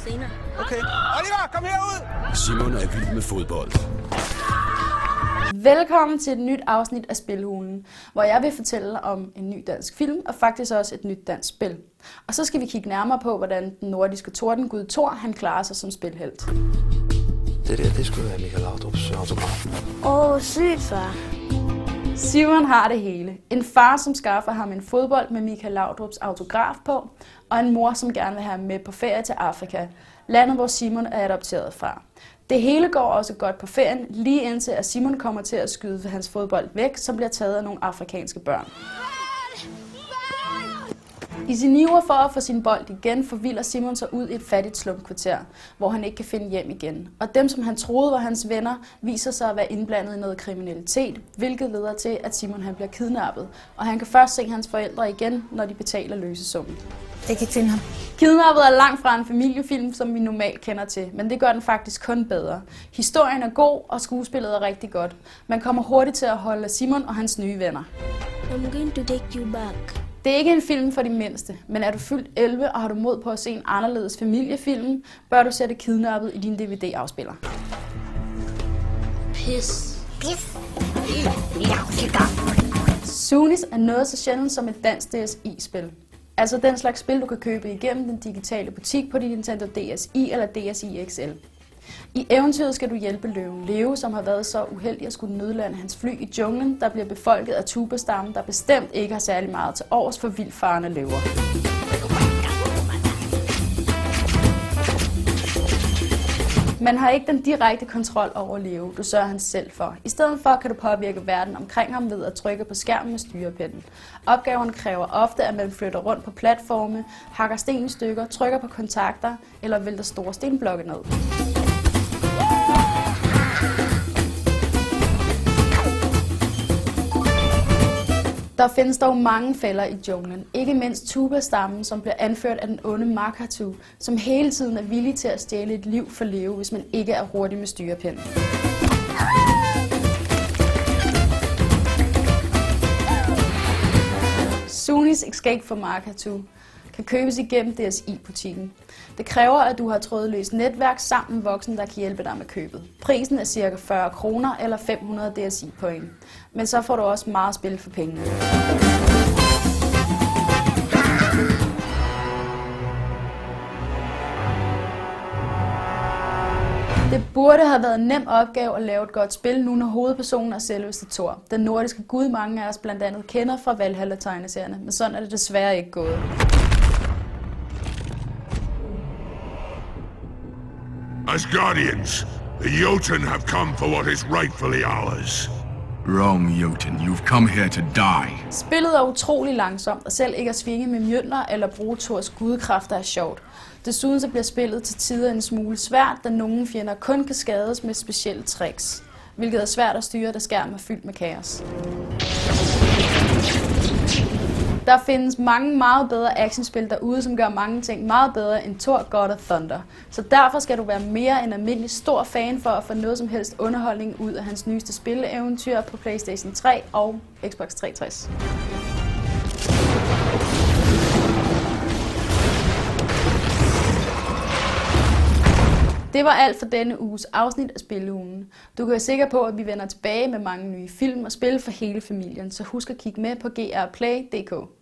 senere. Okay. Oliver, kom herud! Simon er vild med fodbold. Velkommen til et nyt afsnit af Spilhulen, hvor jeg vil fortælle om en ny dansk film og faktisk også et nyt dansk spil. Og så skal vi kigge nærmere på, hvordan den nordiske tordengud Thor han klarer sig som spilhelt. Det skulle være Michael Laudrups autograf. Sygt, far. Simon har det hele. En far, som skaffer ham en fodbold med Michael Laudrups autograf på, og en mor, som gerne vil have ham med på ferie til Afrika, landet hvor Simon er adopteret fra. Det hele går også godt på ferien, lige indtil at Simon kommer til at skyde hans fodbold væk, som bliver taget af nogle afrikanske børn. I sin iver for at få sin bold igen, forvilder Simon sig ud i et fattigt slumkvarter, hvor han ikke kan finde hjem igen. Og dem, som han troede var hans venner, viser sig at være indblandet i noget kriminalitet, hvilket leder til, at Simon han bliver kidnappet. Og han kan først se hans forældre igen, når de betaler løsesummen. Jeg kan ikke finde ham. Kidnappet er langt fra en familiefilm, som vi normalt kender til, men det gør den faktisk kun bedre. Historien er god, og skuespillet er rigtig godt. Man kommer hurtigt til at holde Simon og hans nye venner. I'm going to take you back. Det er ikke en film for de mindste, men er du fyldt 11 og har du mod på at se en anderledes familiefilm, bør du sætte Kidnappet i din DVD-afspiller. Pis. Sunis er noget så sjældent som et dansk DSi-spil. Altså den slags spil, du kan købe igennem den digitale butik på din Nintendo DSi eller DSi XL. I eventyret skal du hjælpe løven Leo, som har været så uheldig at skulle nødlande hans fly i junglen, der bliver befolket af tubastammen, der bestemt ikke har særlig meget til overs for vildfarende løver. Man har ikke den direkte kontrol over Leo, du sørger han selv for. I stedet for kan du påvirke verden omkring ham ved at trykke på skærmen med styrepinden. Opgaverne kræver ofte, at man flytter rundt på platforme, hakker sten i stykker, trykker på kontakter eller vælter store stenblokke ned. Der findes dog mange fælder i junglen, ikke mindst Tuba-stammen, som bliver anført af den onde Makatu, som hele tiden er villig til at stjæle et liv for Leo, hvis man ikke er hurtig med styrepinden. Sunis Escape from Makatu kan købes igennem DSi-butikken. Det kræver, at du har trådløst netværk sammen med voksne, der kan hjælpe dig med købet. Prisen er ca. 40 kroner eller 500 DSi-point. Men så får du også meget spil for pengene. Det burde have været en nem opgave at lave et godt spil, nu når hovedpersonen er selveste Thor. Den nordiske gud, mange af os blandt andet kender fra Valhalla-tegneserierne, men sådan er det desværre ikke gået. Asgardians, the Jotun have come for what is rightfully ours. Wrong, Jotun. You've come here to die. Spillet er utrolig langsomt, og selv ikke at svinge med mjølner eller bruge Thors gudekræfter er sjovt. Desuden så bliver spillet til tider en smule svært, da nogle fjender kun kan skades med specielle tricks, hvilket er svært at styre, da skærmen er fyldt med kaos. Der findes mange meget bedre actionspil derude, som gør mange ting meget bedre end Thor God of Thunder. Så derfor skal du være mere end almindelig stor fan for at få noget som helst underholdning ud af hans nyeste spilleeventyr på PlayStation 3 og Xbox 360. Det var alt for denne uges afsnit af Spilhulen. Du kan være sikker på, at vi vender tilbage med mange nye film og spil for hele familien, så husk at kigge med på grplay.dk.